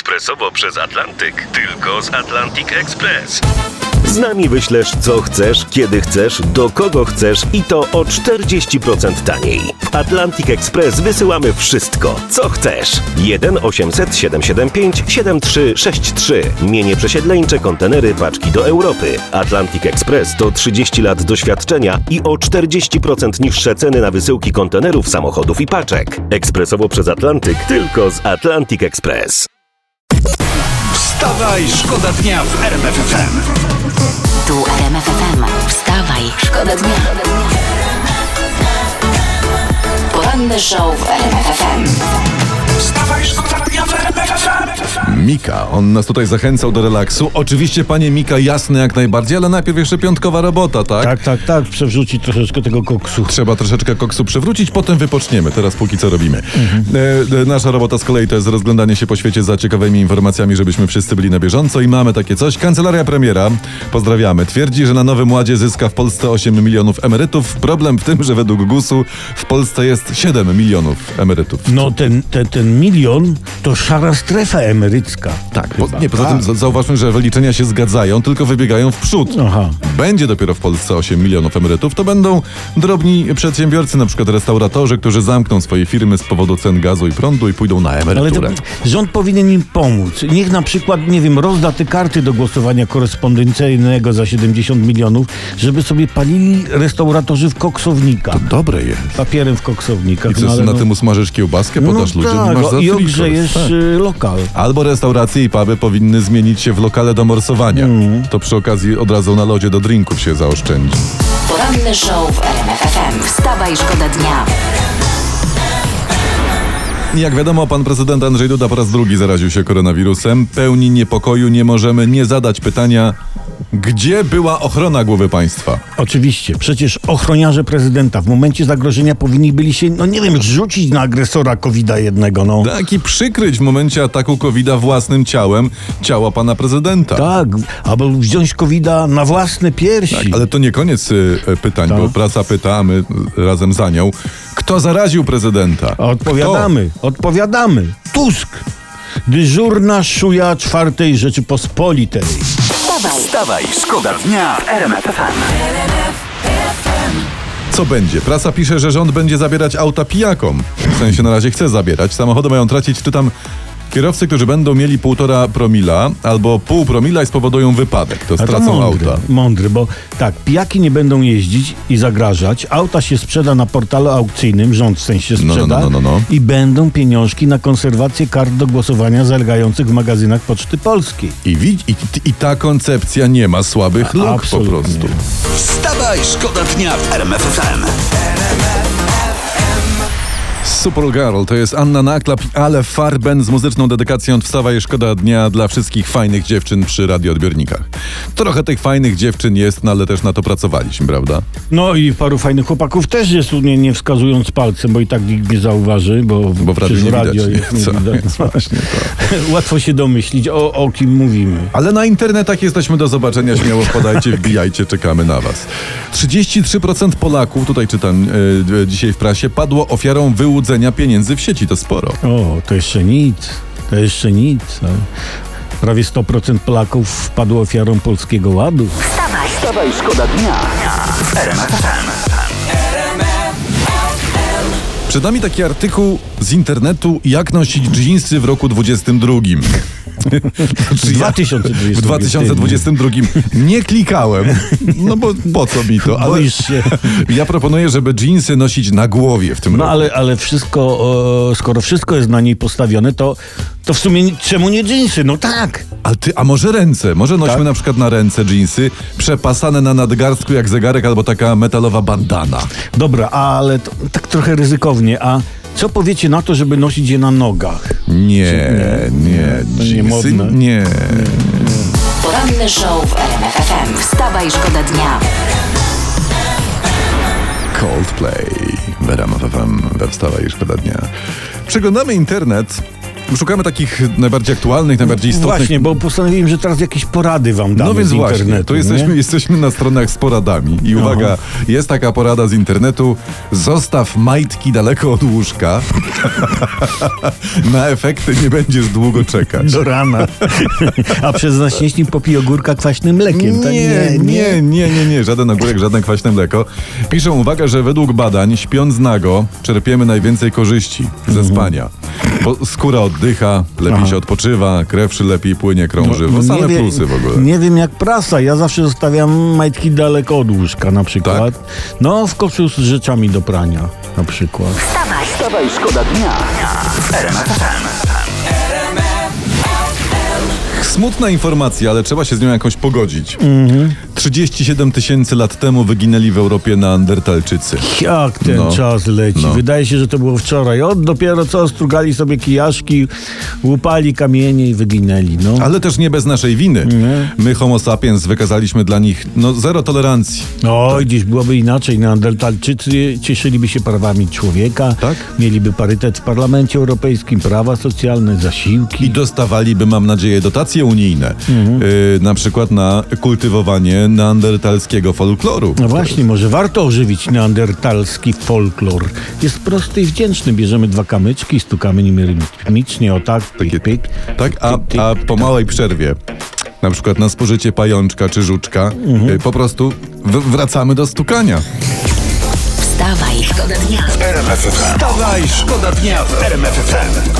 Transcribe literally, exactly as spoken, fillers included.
ekspresowo przez Atlantyk. Tylko z Atlantic Express. Z nami wyślesz co chcesz, kiedy chcesz, do kogo chcesz i to o czterdzieści procent taniej. W Atlantic Express wysyłamy wszystko, co chcesz. jeden osiemset siedemset siedemdziesiąt pięć siedemdziesiąt trzy sześćdziesiąt trzy. Mienie przesiedleńcze, kontenery, paczki do Europy. Atlantic Express to trzydzieści lat doświadczenia i o czterdzieści procent niższe ceny na wysyłki kontenerów, samochodów i paczek. Ekspresowo przez Atlantyk, tylko z Atlantic Express. Wstawaj, szkoda dnia w R M F F M. Tu R M F F M. Wstawaj, szkoda dnia. Poranny show w R M F F M. Wstawaj, szkoda dnia w R M F F M. Mika, on nas tutaj zachęcał do relaksu. Oczywiście, panie Mika, jasne jak najbardziej, ale najpierw jeszcze piątkowa robota, tak? Tak, tak, tak. Przewrzucić troszeczkę tego koksu. Trzeba troszeczkę koksu przewrócić, potem wypoczniemy. Teraz póki co robimy. Mhm. E, e, nasza robota z kolei to jest rozglądanie się po świecie za ciekawymi informacjami, żebyśmy wszyscy byli na bieżąco i mamy takie coś. Kancelaria premiera, pozdrawiamy, twierdzi, że na Nowym Ładzie zyska w Polsce osiem milionów emerytów. Problem w tym, że według gusu w Polsce jest siedem milionów emerytów. No ten, ten, ten milion to szara strefa emerycka. Tak, po, nie, poza tym zauważmy, że wyliczenia się zgadzają, tylko wybiegają w przód. Aha. Będzie dopiero w Polsce osiem milionów emerytów, to będą drobni przedsiębiorcy, na przykład restauratorzy, którzy zamkną swoje firmy z powodu cen gazu i prądu i pójdą na emeryturę. Ale to, rząd powinien im pomóc. Niech na przykład, nie wiem, rozda te karty do głosowania korespondencyjnego za siedemdziesiąt milionów, żeby sobie palili restauratorzy w koksownikach. To dobre jest. Papierem w koksownikach. I co, no, ale na no, tym usmażysz kiełbaskę, podasz no ludziom tak, i masz za i free ogrzejesz course, tak. lokal. Albo restauracje i puby powinny zmienić się w lokale do morsowania. Mm. To przy okazji od razu na lodzie do drinków się zaoszczędzi. Poranny show w R M F F M. Wstawaj, szkoda dnia. Jak wiadomo, pan prezydent Andrzej Duda po raz drugi zaraził się koronawirusem. Pełni niepokoju nie możemy nie zadać pytania, gdzie była ochrona głowy państwa? Oczywiście, przecież ochroniarze prezydenta w momencie zagrożenia powinni byli się, no nie wiem, rzucić na agresora kowida jednego, no. Tak, i przykryć w momencie ataku kowida własnym ciałem ciała pana prezydenta. Tak, albo wziąć kowida na własne piersi. Tak, ale to nie koniec y, pytań, Tak. bo prasa pyta, a my razem za nią, kto zaraził prezydenta? A odpowiadamy, Kto? odpowiadamy. Tusk, dyżurna szuja czwartej Rzeczypospolitej. Wstawaj, Wstawaj, szkoda dnia w R M F F M. Co będzie? Prasa pisze, że rząd będzie zabierać auta pijakom. W sensie na razie chce zabierać. Samochody mają tracić, czytam, kierowcy, którzy będą mieli półtora promila albo pół promila i spowodują wypadek. To A to stracą mądry, auta. mądry, bo tak, pijaki nie będą jeździć i zagrażać, auta się sprzeda na portalu aukcyjnym, rząd w sensie No, no, sprzeda no, no, no. i będą pieniążki na konserwację kart do głosowania zalegających w magazynach Poczty Polskiej. I, widz, i, I ta koncepcja nie ma słabych luk po absolutnie. prostu. Wstawaj, szkoda dnia w R M F F M. Supergirl to jest Anna Naklap, ale Farben z muzyczną dedykacją Wstawa i szkoda dnia dla wszystkich fajnych dziewczyn przy radioodbiornikach. Trochę tych fajnych dziewczyn jest, no ale też na to pracowaliśmy, prawda? No i paru fajnych chłopaków też jest, nie, nie wskazując palcem, bo i tak nikt nie zauważy, bo, Bo w radiu przecież nie radio widać. jest nie Co? widać. Jest właśnie to. Łatwo się domyślić, o, o kim mówimy. Ale na internetach jesteśmy do zobaczenia, śmiało wpadajcie, wbijajcie, czekamy na was. trzydzieści trzy procent Polaków, tutaj czytam e, dzisiaj w prasie, padło ofiarą wyłudzenia pieniędzy w sieci, to sporo. O, to jeszcze nic, to jeszcze nic. No. Prawie sto procent Polaków wpadło ofiarą Polskiego Ładu. wstawaj. Wstawaj, szkoda dnia w R M F F M. Przed nami taki artykuł z internetu, jak nosić dżinsy w roku dwudziestym drugim. W dwa tysiące dwudziestym W dwa tysiące dwudziestym drugim nie klikałem, no bo po co mi to? Ale Boisz się. ja proponuję, żeby dżinsy nosić na głowie w tym No roku. ale, ale wszystko, o, skoro wszystko jest na niej postawione, to, to w sumie czemu nie dżinsy? No tak. A ty, a może ręce? Może nośmy Tak. na przykład na ręce dżinsy, przepasane na nadgarstku jak zegarek albo taka metalowa bandana. Dobra, ale to, tak trochę ryzykownie. A co powiecie na to, żeby nosić je na nogach? Nie, nie, To nie dżinsy, modne. nie. Poranny show w R M F F M. Wstawaj, szkoda dnia. Coldplay w R M F F M we Wstawa i Szkoda Dnia. Przeglądamy internet Szukamy takich najbardziej aktualnych, najbardziej istotnych. Właśnie, bo postanowiłem, że teraz jakieś porady wam damy No więc z właśnie, internetu. to jesteśmy, nie? jesteśmy na stronach z poradami. I uwaga, jest taka porada z internetu. Zostaw majtki daleko od łóżka. Na efekty nie będziesz długo czekać. Do rana. A przez noc nie śni, popij ogórka kwaśnym mlekiem. tak? Nie, nie, nie, nie, nie, żaden ogórek, żadne kwaśne mleko. Piszą, uwaga, że według badań, śpiąc nago, czerpiemy najwięcej korzyści ze spania. Bo skóra oddycha, lepiej Aha. się odpoczywa, krew lepiej płynie, krąży. No, Same nie wie- plusy w ogóle. Nie wiem jak prasa. Ja zawsze zostawiam majtki daleko od łóżka na przykład. Tak? No, w koszu z rzeczami do prania na przykład. Wstawaj, Wstawaj, szkoda dnia w R M F F M. Smutna informacja, ale trzeba się z nią jakoś pogodzić. Mhm. trzydzieści siedem tysięcy lat temu wyginęli w Europie neandertalczycy. Jak ten No. czas leci. No. Wydaje się, że to było wczoraj. Od dopiero co strugali sobie kijaszki, łupali kamienie i wyginęli. No. Ale też nie bez naszej winy. My, homo sapiens, wykazaliśmy dla nich no, zero tolerancji. Oj, dziś byłoby inaczej. Neandertalczycy cieszyliby się prawami człowieka, Tak? mieliby parytet w Parlamencie Europejskim, prawa socjalne, zasiłki. I dostawaliby, mam nadzieję, dotacje unijne. Y, na przykład na kultywowanie neandertalskiego folkloru. No właśnie, może warto ożywić neandertalski folklor. Jest prosty i wdzięczny. Bierzemy dwa kamyczki, stukamy nimi rytmicznie, o tak, pik, pik. Tak, a, Tik, tik. a po małej przerwie, na przykład na spożycie pajączka czy żuczka, y, po prostu w- wracamy do stukania. wstawaj, szkoda dnia. R M F F M. Wstawaj, szkoda dnia w R M F F M.